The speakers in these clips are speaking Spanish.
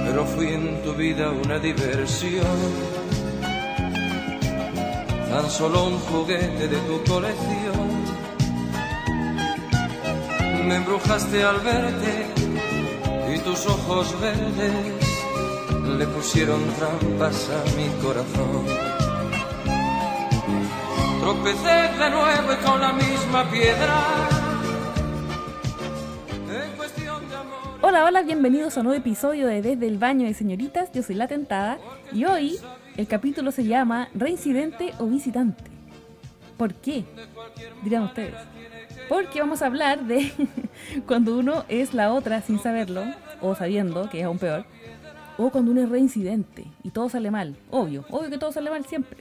pero fui en tu vida una diversión, tan solo un juguete de tu colección. Me embrujaste al verte y tus ojos verdes le pusieron trampas a mi corazón. Tropecé de nuevo y con la misma piedra. En cuestión de amor. Hola, hola, bienvenidos a un nuevo episodio de Desde el Baño de Señoritas. Yo soy La Tentada y hoy el capítulo se llama Reincidente o Visitante. ¿Por qué? Dirán ustedes. Porque vamos a hablar de cuando uno es la otra sin saberlo, o sabiendo, que es aún peor, o cuando uno es reincidente y todo sale mal. Obvio que todo sale mal siempre.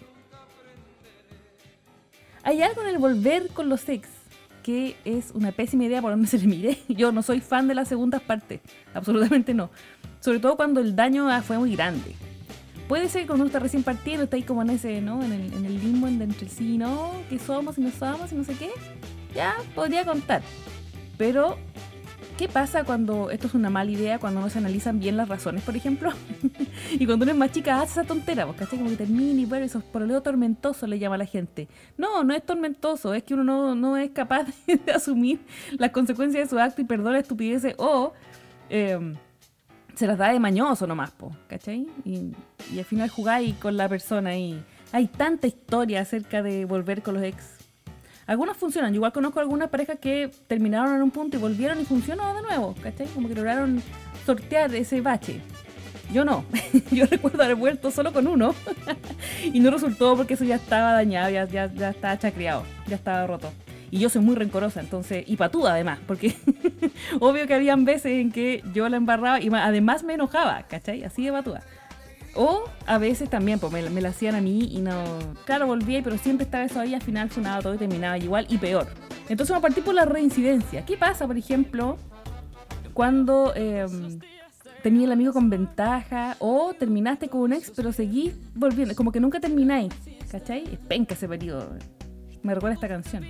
Hay algo en el volver con los ex que es una pésima idea por donde se le mire. Yo no soy fan de las segundas partes, absolutamente no. Sobre todo cuando el daño fue muy grande. Puede ser que cuando uno está recién partiendo, está ahí como en ese, ¿no? En el limbo entre el sí y no, que somos y no somos y no sé qué. Ya, podría contar. Pero, ¿qué pasa cuando esto es una mala idea? Cuando no se analizan bien las razones, por ejemplo. Y cuando uno es más chica, hace esa tontera, ¿cachai? Como que termina y bueno, esos poroleo tormentoso le llama a la gente. No es tormentoso, es que uno no es capaz de asumir las consecuencias de su acto y perdona estupideces o se las da de mañoso nomás, ¿cachai? Y al final jugáis con la persona y hay tanta historia acerca de volver con los ex. Algunas funcionan, yo igual conozco algunas parejas que terminaron en un punto y volvieron y funcionó de nuevo, ¿cachai? Como que lograron sortear ese bache. Yo no, yo recuerdo haber vuelto solo con uno y no resultó porque eso ya estaba dañado, ya estaba chacreado, ya estaba roto. Y yo soy muy rencorosa, entonces, y patuda además, porque obvio que habían veces en que yo la embarraba y además me enojaba, ¿cachai? Así de patuda. O a veces también, pues me la hacían a mí y no... Claro, volví, pero siempre estaba eso ahí, al final sonaba todo y terminaba igual y peor. Entonces vamos a partir por la reincidencia. ¿Qué pasa, por ejemplo, cuando tenías el amigo con ventaja o terminaste con un ex pero seguís volviendo? Como que nunca termináis, ¿cachai? Es penca ese periodo. Me recuerda esta canción.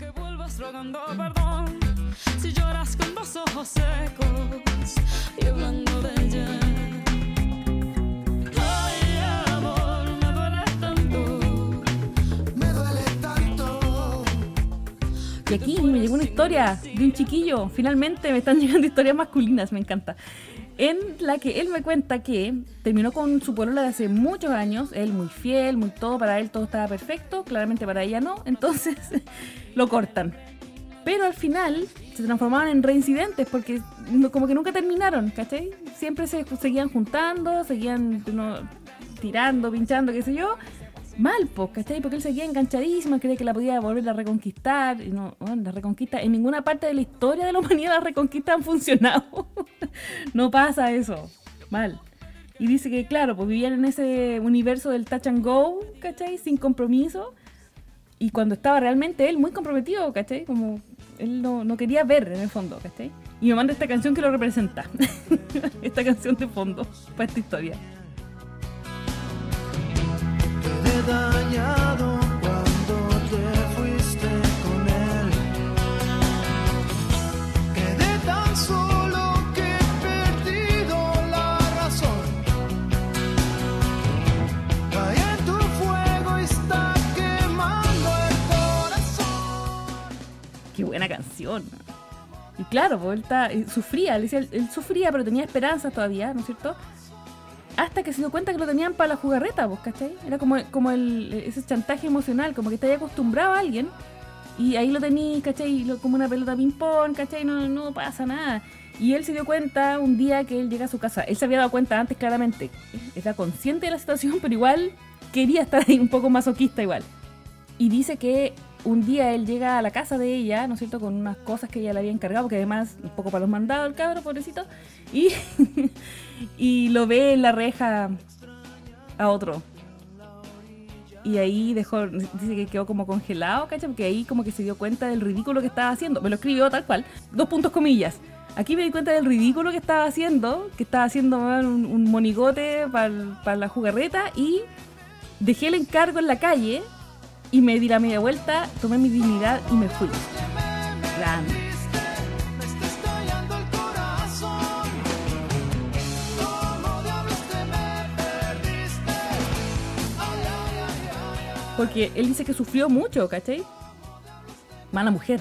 Si lloras con los ojos secos y hablando de ella. Y aquí me llegó una historia de un chiquillo. Finalmente me están llegando historias masculinas, me encanta. En la que él me cuenta que terminó con su polola de hace muchos años. Él muy fiel, muy todo, para él todo estaba perfecto. Claramente para ella no, entonces lo cortan. Pero al final se transformaban en reincidentes porque como que nunca terminaron, ¿cachai? Siempre se seguían juntando, seguían tirando, pinchando, qué sé yo. Mal, ¿cachai? Porque él seguía enganchadísimo, creía que la podía volver a reconquistar. Y no, la reconquista, en ninguna parte de la historia de la humanidad las reconquistas han funcionado. No pasa eso. Mal. Y dice que, claro, pues vivían en ese universo del touch and go, ¿cachai? Sin compromiso. Y cuando estaba realmente él muy comprometido, ¿cachai? Como él no quería ver en el fondo, ¿cachai? Y me manda esta canción que lo representa. Esta canción de fondo para esta historia. Dañado cuando te fuiste con él. Quedé tan solo que he perdido la razón. Caí en tu fuego y está quemando el corazón. Qué buena canción. Y claro, pues él sufría, él sufría, pero tenía esperanzas todavía, ¿no es cierto? Hasta que se dio cuenta que lo tenían para la jugarreta, ¿vos cachai? Era como ese chantaje emocional, como que estáis acostumbrado a alguien y ahí lo tenías, ¿cachai? Como una pelota ping-pong, ¿cachai? No pasa nada. Y él se dio cuenta un día que él llega a su casa. Él se había dado cuenta antes claramente. Era consciente de la situación, pero igual quería estar ahí un poco masoquista igual. Y dice que un día él llega a la casa de ella, ¿no es cierto? Con unas cosas que ella le había encargado, porque además un poco para los mandados el cabro, pobrecito. Y lo ve en la reja a otro. Y ahí dice que quedó como congelado, ¿cachai? Porque ahí como que se dio cuenta del ridículo que estaba haciendo. Me lo escribió tal cual, 2 puntos comillas. Aquí me di cuenta del ridículo que estaba haciendo un monigote para la jugarreta y dejé el encargo en la calle y me di la media vuelta, tomé mi dignidad y me fui. Grande. Me está estallando el corazón. ¿Cómo de Porque él dice que sufrió mucho, ¿cachai? Mala mujer.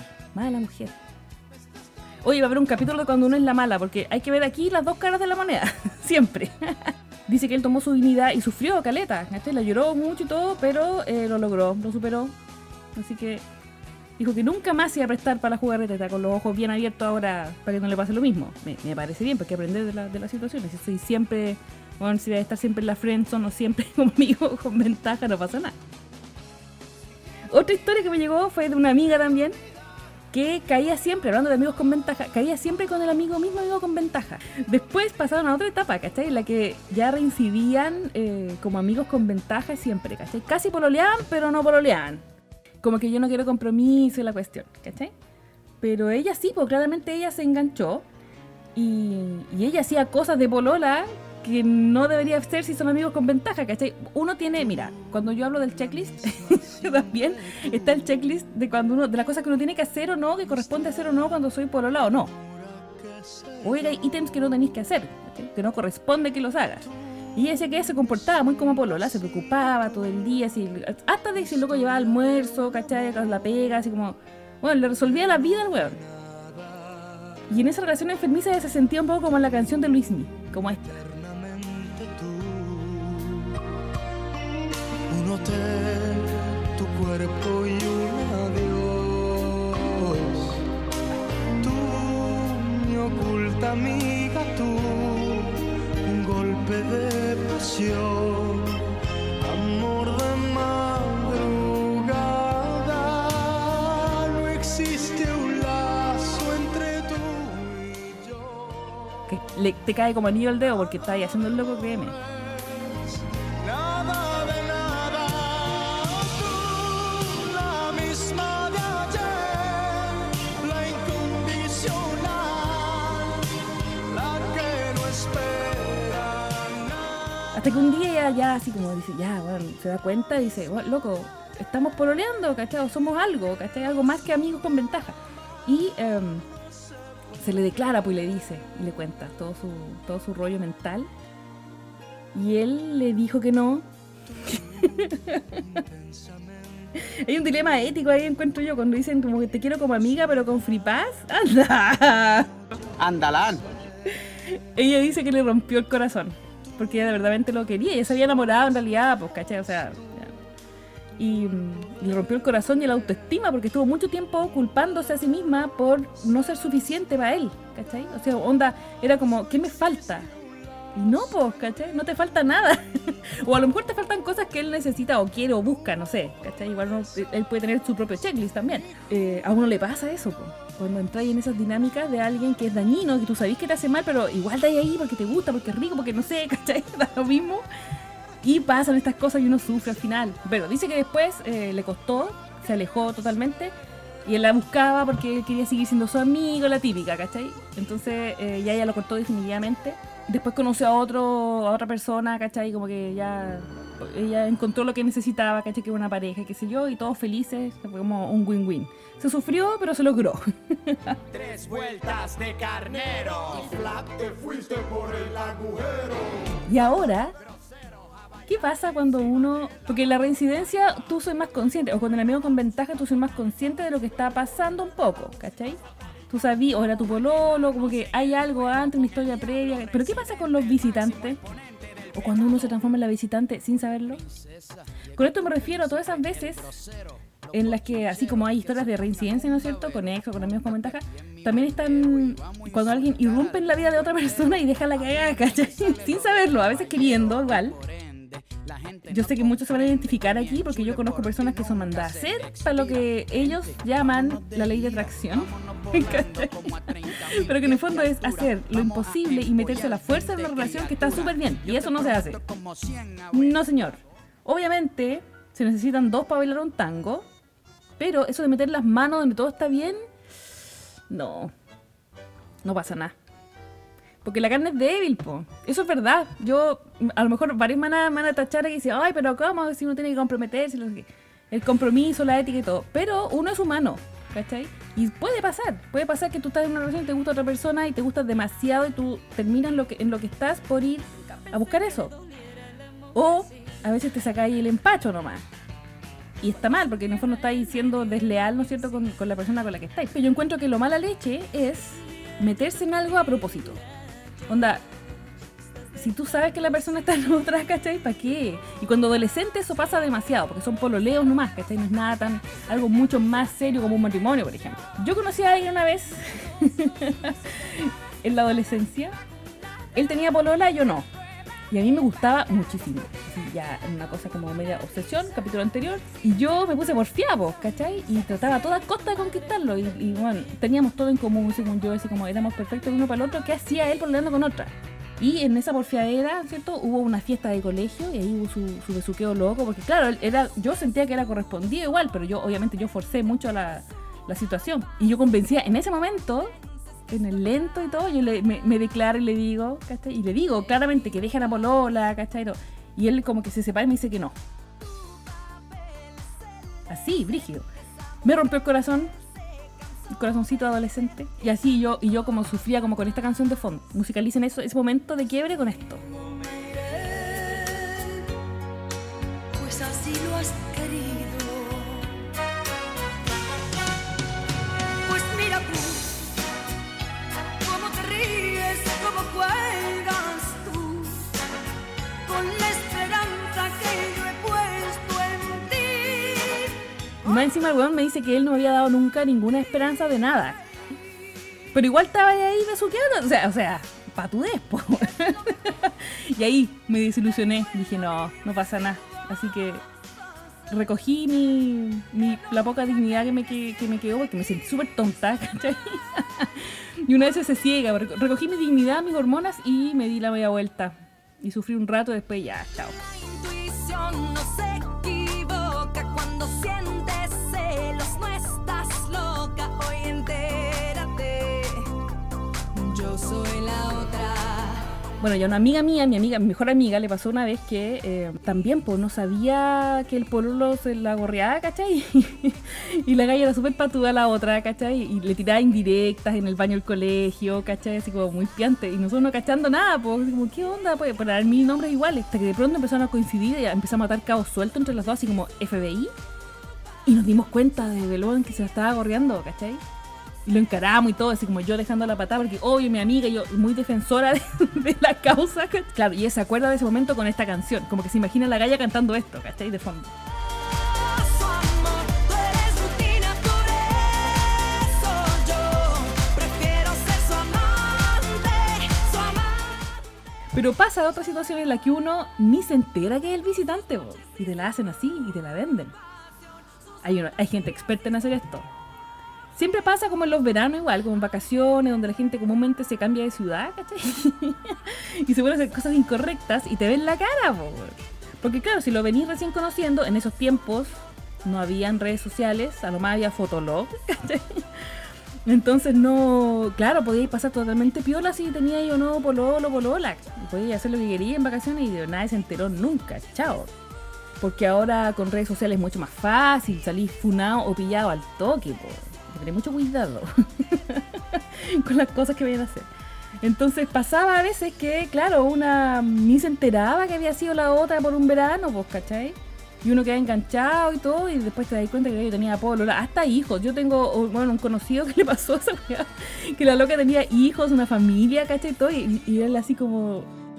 Oye, va a haber un capítulo de cuando uno es la mala, porque hay que ver aquí las dos caras de la moneda, siempre. Dice que él tomó su dignidad y sufrió, caleta, ¿cachai? La lloró mucho y todo, pero lo logró, lo superó. Así que dijo que nunca más se iba a prestar para la jugarreta, está con los ojos bien abiertos ahora para que no le pase lo mismo. Me parece bien, porque hay que aprender de las situaciones. Si soy siempre, bueno, si voy a estar siempre en la friendzone o siempre conmigo con ventaja, no pasa nada. Otra historia que me llegó fue de una amiga también, que caía siempre, hablando de amigos con ventaja, caía siempre con el mismo amigo con ventaja. Después pasaron a otra etapa, ¿cachai? En la que ya reincidían como amigos con ventaja siempre, ¿cachai? Casi pololeaban, pero no pololeaban. Como que yo no quiero compromiso y la cuestión, ¿cachai? Pero ella sí, pues claramente ella se enganchó y ella hacía cosas de polola que no debería ser si son amigos con ventaja, ¿cachai? Uno tiene, mira, cuando yo hablo del checklist, también está el checklist de cuando uno, de las cosas que uno tiene que hacer o no, que corresponde hacer o no cuando soy polola o no. O hay ítems que no tenéis que hacer, ¿cachai? Que no corresponde que los hagas. Y ella decía que ella se comportaba muy como polola, se preocupaba todo el día, así, hasta de si el loco llevaba almuerzo, ¿cachai? La pega, así como, bueno, le resolvía la vida al weón. Y en esa relación enfermiza ella se sentía un poco como en la canción de Luismi, como esta. Un hotel, tu cuerpo y un adiós. Tú, mi oculta amiga, tú, un golpe de pasión, amor de madrugada. No existe un lazo entre tú y yo. Que te cae como anillo al dedo porque está ahí haciendo el loco, créeme. Nada de nada, tú, la misma de ayer, la incondicional, la que no espera nada. Hasta que un día ella ya así como dice, ya, bueno, se da cuenta y dice, bueno, loco, estamos pololeando, ¿cachai? O somos algo, ¿cachai? Algo más que amigos con ventaja. Y se le declara, pues, y le dice, y le cuenta todo su rollo mental. Y él le dijo que no. Hay un dilema ético ahí, encuentro yo, cuando dicen como que te quiero como amiga, pero con free pass. ¡Anda! Andalán. Ella dice que le rompió el corazón, porque ella de verdad lo quería. Ella se había enamorado en realidad, pues, ¿cachai? O sea, y le rompió el corazón y la autoestima, porque estuvo mucho tiempo culpándose a sí misma por no ser suficiente para él, ¿cachai? O sea, onda, era como, ¿qué me falta? Y no, pues, ¿cachai? No te falta nada. O a lo mejor te faltan cosas que él necesita o quiere o busca, no sé, ¿cachai? Igual él puede tener su propio checklist también. A uno le pasa eso, pues. Cuando entras en esas dinámicas de alguien que es dañino, que tú sabés que te hace mal, pero igual de ahí porque te gusta, porque es rico, porque no sé, ¿cachai? Da lo mismo. Y pasan estas cosas y uno sufre al final. Pero dice que después le costó, se alejó totalmente. Y él la buscaba porque él quería seguir siendo su amigo, la típica, ¿cachai? Entonces ya ella lo cortó definitivamente. Después conoció a otra persona, ¿cachai? Como que ya ella encontró lo que necesitaba, ¿cachai? Que era una pareja, qué sé yo, y todos felices. Fue como un win-win. Se sufrió, pero se logró. 3 vueltas de carnero. Y flap, te fuiste por el agujero. Y ahora, ¿qué pasa cuando uno...? Porque en la reincidencia tú soy más consciente, o con el amigo con ventaja tú soy más consciente de lo que está pasando un poco, ¿cachai? Tú sabías, o era tu pololo, como que hay algo antes, una historia previa. Pero ¿qué pasa con los visitantes? O cuando uno se transforma en la visitante sin saberlo. Con esto me refiero a todas esas veces en las que, así como hay historias de reincidencia, ¿no es cierto?, con ex o con amigos con ventaja, también están cuando alguien irrumpe en la vida de otra persona y deja la cagada, ¿cachai? Sin saberlo, a veces queriendo, igual. Yo sé que muchos se van a identificar aquí porque yo conozco personas que son mandadas a hacer para lo que ellos llaman la ley de atracción. Pero que en el fondo es hacer lo imposible y meterse a la fuerza en una relación que está súper bien. Y eso no se hace. No, señor. Obviamente se necesitan 2 para bailar un tango, pero eso de meter las manos donde todo está bien, no pasa nada. Porque la carne es débil, po. Eso es verdad. Yo, a lo mejor varios me van a tachar y dicen, ay, pero ¿cómo? Si uno tiene que comprometerse, el compromiso, la ética y todo. Pero uno es humano, ¿cachai? Y puede pasar que tú estás en una relación y te gusta otra persona y te gustas demasiado y tú terminas en lo que estás por ir a buscar eso. O a veces te sacáis el empacho nomás. y está mal, porque en el fondo estáis siendo desleal, ¿no es cierto?, con la persona con la que estáis. Pero yo encuentro que lo mala leche es meterse en algo a propósito. Onda, si tú sabes que la persona está en otra, ¿cachai? ¿Para qué? Y cuando adolescente eso pasa demasiado, porque son pololeos nomás, ¿cachai? No es nada tan, algo mucho más serio como un matrimonio, por ejemplo. Yo conocí a alguien una vez en la adolescencia. Él tenía polola, yo no. Y a mí me gustaba muchísimo. Así, ya en una cosa como media obsesión, capítulo anterior. Y yo me puse porfiada, ¿cachai? Y trataba a toda costa de conquistarlo. Y bueno, teníamos todo en común, según yo, así como éramos perfectos uno para el otro. ¿Qué hacía él pololeando con otra? Y en esa porfiadera, ¿cierto? Hubo una fiesta de colegio y ahí hubo su besuqueo loco. Porque claro, yo sentía que era correspondido igual, pero yo obviamente yo forcé mucho la situación. Y yo convencía en ese momento... en el lento y todo, yo me declaro y le digo, ¿cachai? Y le digo claramente que deje a la polola, ¿cachai? Y él como que se separa y me dice que no. Así, brígido. Me rompió el corazón, el corazoncito adolescente. Y así yo como sufría como con esta canción de fondo. Musicalicen ese momento de quiebre con esto. Pues así lo has querido. Pues mira tú. ¿Cómo cuelgas tú con la esperanza que yo he puesto en ti? Y más encima el weón me dice que él no había dado nunca ninguna esperanza de nada. Pero igual estaba ahí besuqueando. O sea, patudez, po. Y ahí me desilusioné. Dije, no pasa nada. Así que recogí la poca dignidad que me quedó, porque me sentí súper tonta, ¿cachai? Y una vez se ciega, recogí mi dignidad, mis hormonas y me di la media vuelta. Y sufrí un rato, después ya, chao. La intuición no se equivoca cuando sientes celos, no estás loca, hoy entérate, yo soy la otra. Bueno, ya una amiga mía, mi mejor amiga, le pasó una vez que también pues no sabía que el pololo se la gorreaba, ¿cachai? Y la galla era súper patuda a la otra, ¿cachai? Y le tiraba indirectas en el baño del colegio, ¿cachai? Así como muy piante. Y nosotros no cachando nada, pues como, ¿qué onda? Pues para dar 1000 nombres iguales. Hasta que de pronto empezaron a coincidir y empezamos a atar cabos sueltos entre las dos, así como FBI. Y nos dimos cuenta de Belón que se la estaba gorreando, ¿cachai? Y lo encaramos y todo, así como yo dejando la patada, porque obvio mi amiga, yo muy defensora de la causa, ¿cachai? Claro, y ella se acuerda de ese momento con esta canción, como que se imagina a la galla cantando esto, ¿cachai? De fondo. Su amor, tú eres rutina, por eso yo prefiero ser su amante. Pero pasa de otra situación en la que uno ni se entera que es el visitante, bo, y te la hacen así y te la venden. Hay gente experta en hacer esto. Siempre pasa como en los veranos igual, como en vacaciones, donde la gente comúnmente se cambia de ciudad, ¿cachai? Y se pone a hacer cosas incorrectas y te ven la cara, po. Porque claro, si lo venís recién conociendo, en esos tiempos no habían redes sociales, a lo más había Fotolog, ¿cachai? Entonces no, claro, podíais pasar totalmente piola si teníais o no polola. Y podíais hacer lo que queríais en vacaciones y nadie se enteró nunca, chao. Porque ahora con redes sociales es mucho más fácil, salís funado o pillado al toque, po. Tener mucho cuidado con las cosas que vayan a hacer. Entonces pasaba a veces que, claro, una ni se enteraba que había sido la otra por un verano, pues, ¿cachai? Y uno queda enganchado y todo, y después te das cuenta que yo tenía polola, hasta hijos. Yo tengo, bueno, un conocido que le pasó esa weá, que la loca tenía hijos, una familia, ¿cachai? Todo, y él así como...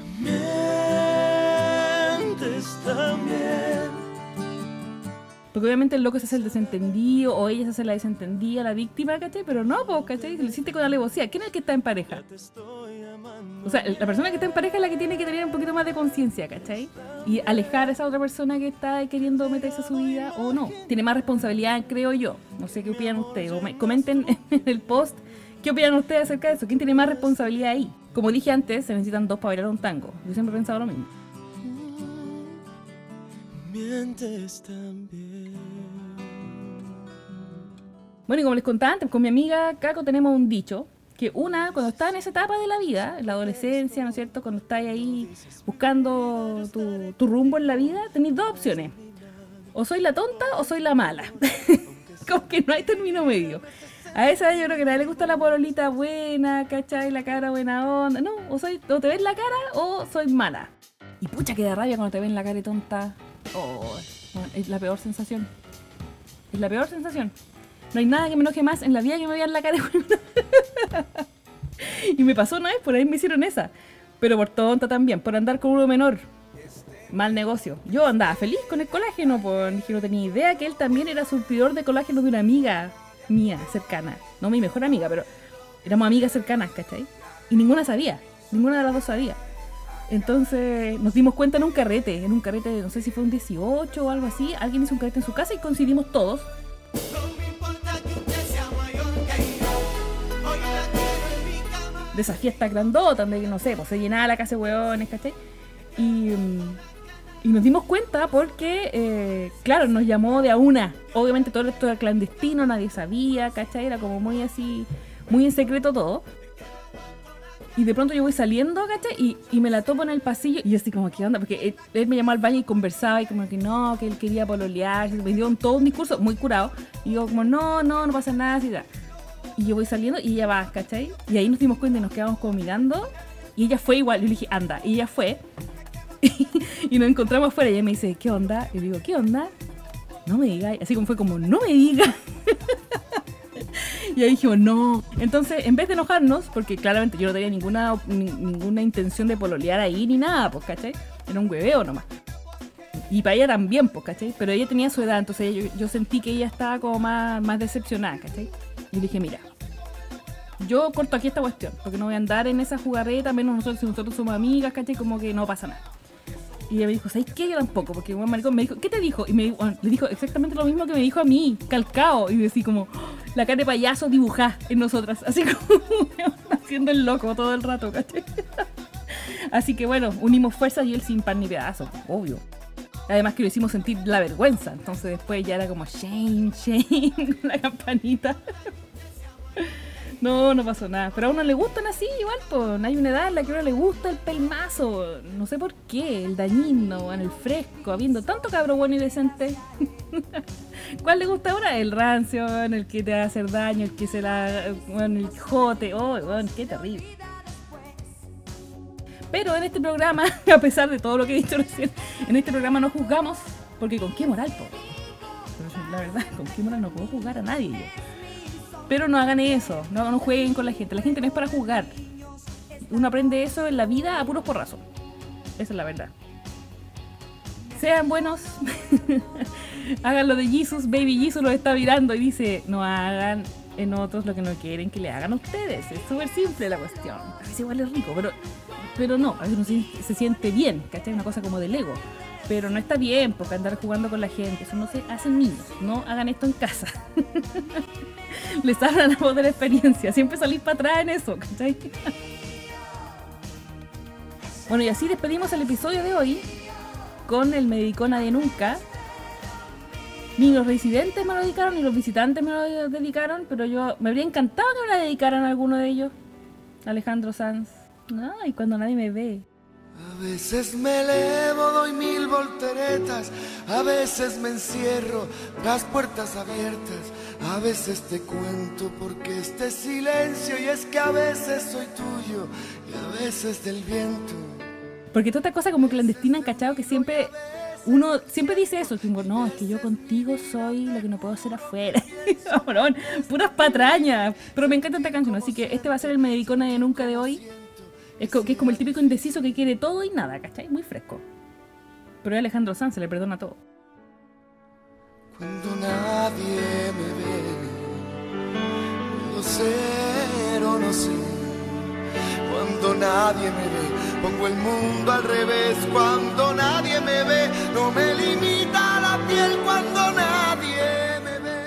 Mientes también. Porque obviamente el loco se hace el desentendido, o ella se hace la desentendida, la víctima, ¿cachai? Pero no, pues, ¿cachai? Lo hiciste con alevosía. ¿Quién es el que está en pareja? O sea, la persona que está en pareja es la que tiene que tener un poquito más de conciencia, ¿cachai? Y alejar a esa otra persona que está queriendo meterse a su vida o no. Tiene más responsabilidad, creo yo. No sé qué opinan ustedes. Comenten en el post qué opinan ustedes acerca de eso. ¿Quién tiene más responsabilidad ahí? Como dije antes, se necesitan dos para bailar un tango. Yo siempre he pensado lo mismo. Mientes también. Bueno, y como les contaba antes, con mi amiga Caco tenemos un dicho, que una, cuando está en esa etapa de la vida, en la adolescencia, ¿no es cierto?, cuando estás ahí buscando tu rumbo en la vida, tenéis dos opciones. O soy la tonta o soy la mala. Como que no hay término medio. A esa yo creo que a nadie le gusta la pololita buena, ¿cachai? La cara buena onda. No, o te ves la cara o soy mala. Y pucha que da rabia cuando te ven la cara de tonta. Oh, es la peor sensación. Es la peor sensación. No hay nada que me enoje más en la vida que me vean la cara. Y me pasó una vez, por ahí me hicieron esa. Pero por tonta también, por andar con uno menor. Mal negocio. Yo andaba feliz con el colágeno, porque no tenía idea que él también era surtidor de colágeno de una amiga mía, cercana. No mi mejor amiga, pero éramos amigas cercanas, ¿cachai? Y ninguna de las dos sabía. Entonces nos dimos cuenta en un carrete, no sé si fue un 18 o algo así. Alguien hizo un carrete en su casa y coincidimos todos. De esas fiestas grandotas, donde, no sé, pues se llenaba la casa de hueones, ¿cachai? Y nos dimos cuenta porque, claro, nos llamó de a una. Obviamente todo esto era clandestino, nadie sabía, ¿cachai? Era como muy así, muy en secreto todo. Y de pronto yo voy saliendo, ¿cachai? Y me la topo en el pasillo. Y yo así como, ¿qué onda? Porque él me llamó al baño y conversaba y como que no, que él quería pololear. Me dio todo un discurso muy curado. Y yo como, no pasa nada, así da. Y yo voy saliendo y ella va, ¿cachai? Y ahí nos dimos cuenta y nos quedamos como mirando. Y ella fue igual. Yo le dije, anda. Y ella fue. Y nos encontramos afuera. Y ella me dice, ¿qué onda? Y yo digo, ¿qué onda? No me digas. Así como fue como, no me digas. Y ahí dijimos, no. Entonces, en vez de enojarnos, porque claramente yo no tenía ninguna intención de pololear ahí ni nada, pues, ¿cachai? Era un hueveo nomás. Y para ella también, pues, ¿cachai? Pero ella tenía su edad, entonces yo sentí que ella estaba como más decepcionada, ¿cachai? Y dije, mira, yo corto aquí esta cuestión, porque no voy a andar en esa jugarreta, menos nosotros, si nosotros somos amigas, ¿cachai? Como que no pasa nada. Y ella me dijo, ¿sabes qué? Yo tampoco, porque un maricón me dijo, ¿qué te dijo? Y le dijo exactamente lo mismo que me dijo a mí, calcao. Y decía como, la cara de payaso dibujá en nosotras, así como haciendo el loco todo el rato, ¿cachai? Así que bueno, unimos fuerzas y él sin pan ni pedazo, obvio. Además que lo hicimos sentir la vergüenza, entonces después ya era como shame, con la campanita. No pasó nada. Pero a uno le gustan así igual, pues. Hay una edad en la que a uno le gusta el pelmazo. No sé por qué, el dañino, en el fresco, habiendo tanto cabro bueno y decente. ¿Cuál le gusta ahora? El rancio, en el que te va a hacer daño, el que se la... Bueno, el jote. Oh, bueno, qué terrible. Pero en este programa, a pesar de todo lo que he dicho recién, en este programa no juzgamos, porque ¿con qué moral, po? La verdad, ¿con qué moral no puedo juzgar a nadie yo? Pero no hagan eso, no jueguen con la gente no es para juzgar. Uno aprende eso en la vida a puros porrazos. Esa es la verdad. Sean buenos. Hagan lo de Jesus, Baby Jesus los está mirando y dice, no hagan en otros lo que no quieren que le hagan a ustedes. Es súper simple la cuestión. A veces igual es rico, pero no, a veces uno se siente bien, ¿cachai? Una cosa como del ego. Pero no está bien porque andar jugando con la gente, eso no se hacen niños, no hagan esto en casa. Les hablan la voz de la experiencia, siempre salís para atrás en eso, ¿cachai? Bueno, y así despedimos el episodio de hoy con el Me dedicó Nadie Nunca. Ni los residentes me lo dedicaron, ni los visitantes me lo dedicaron, pero yo me habría encantado que me la dedicaran a alguno de ellos. Alejandro Sanz. Ay, cuando nadie me ve. A veces me elevo, doy 1000 volteretas, a veces me encierro, las puertas abiertas, a veces te cuento porque este silencio, y es que a veces soy tuyo y a veces del viento. Porque toda esta cosa como clandestina, ¿cachado? Que siempre uno siempre dice eso, tipo, no, es que yo contigo soy lo que no puedo hacer afuera. Cabrón, puras patrañas. Pero me encanta esta canción, así que este va a ser el Me dedicó Nadie Nunca de hoy. Que es como el típico indeciso que quiere todo y nada, ¿cachai? Muy fresco. Pero a Alejandro Sanz se le perdona todo. Cuando nadie me ve, puedo ser o no sé. Cuando nadie me ve, pongo el mundo al revés. Cuando nadie me ve, no me limita la piel. Cuando nadie me ve.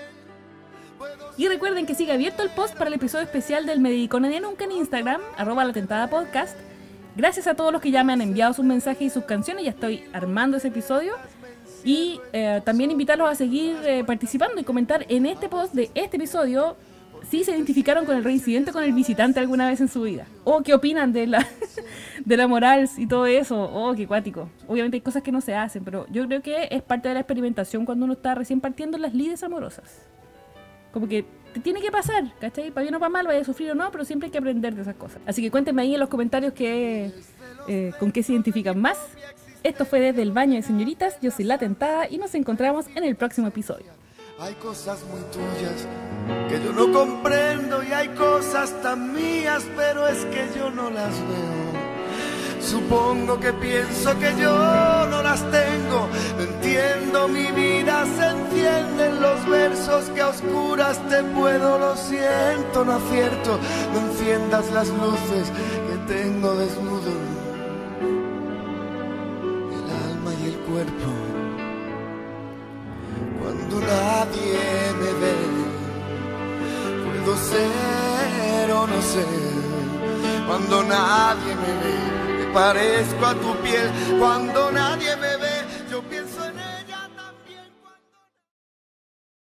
Y recuerden que sigue abierto el post para el episodio especial del Me dedicó Nadie Nunca en Instagram, @latentadapodcast. Gracias a todos los que ya me han enviado sus mensajes y sus canciones, ya estoy armando ese episodio. Y también invitarlos a seguir participando y comentar en este post de este episodio si se identificaron con el reincidente o con el visitante alguna vez en su vida. O qué opinan de la moral y todo eso. Oh, qué cuático. Obviamente hay cosas que no se hacen, pero yo creo que es parte de la experimentación cuando uno está recién partiendo en las lides amorosas. Como que te tiene que pasar, ¿cachai? Para bien o para mal, vaya a sufrir o no, pero siempre hay que aprender de esas cosas. Así que cuéntenme ahí en los comentarios con qué se identifican más. Esto fue Desde el Baño de Señoritas, yo soy La Tentada y nos encontramos en el próximo episodio. Hay cosas muy tuyas que yo no comprendo y hay cosas tan mías, pero es que yo no las veo. Supongo que pienso que yo no las tengo. No entiendo, mi vida se enciende en los versos que a oscuras te puedo. Lo siento, no acierto. No enciendas las luces que tengo desnudo, el alma y el cuerpo. Cuando nadie me ve, puedo ser o no ser. Cuando nadie me ve, me parezco a tu piel. Cuando nadie me ve,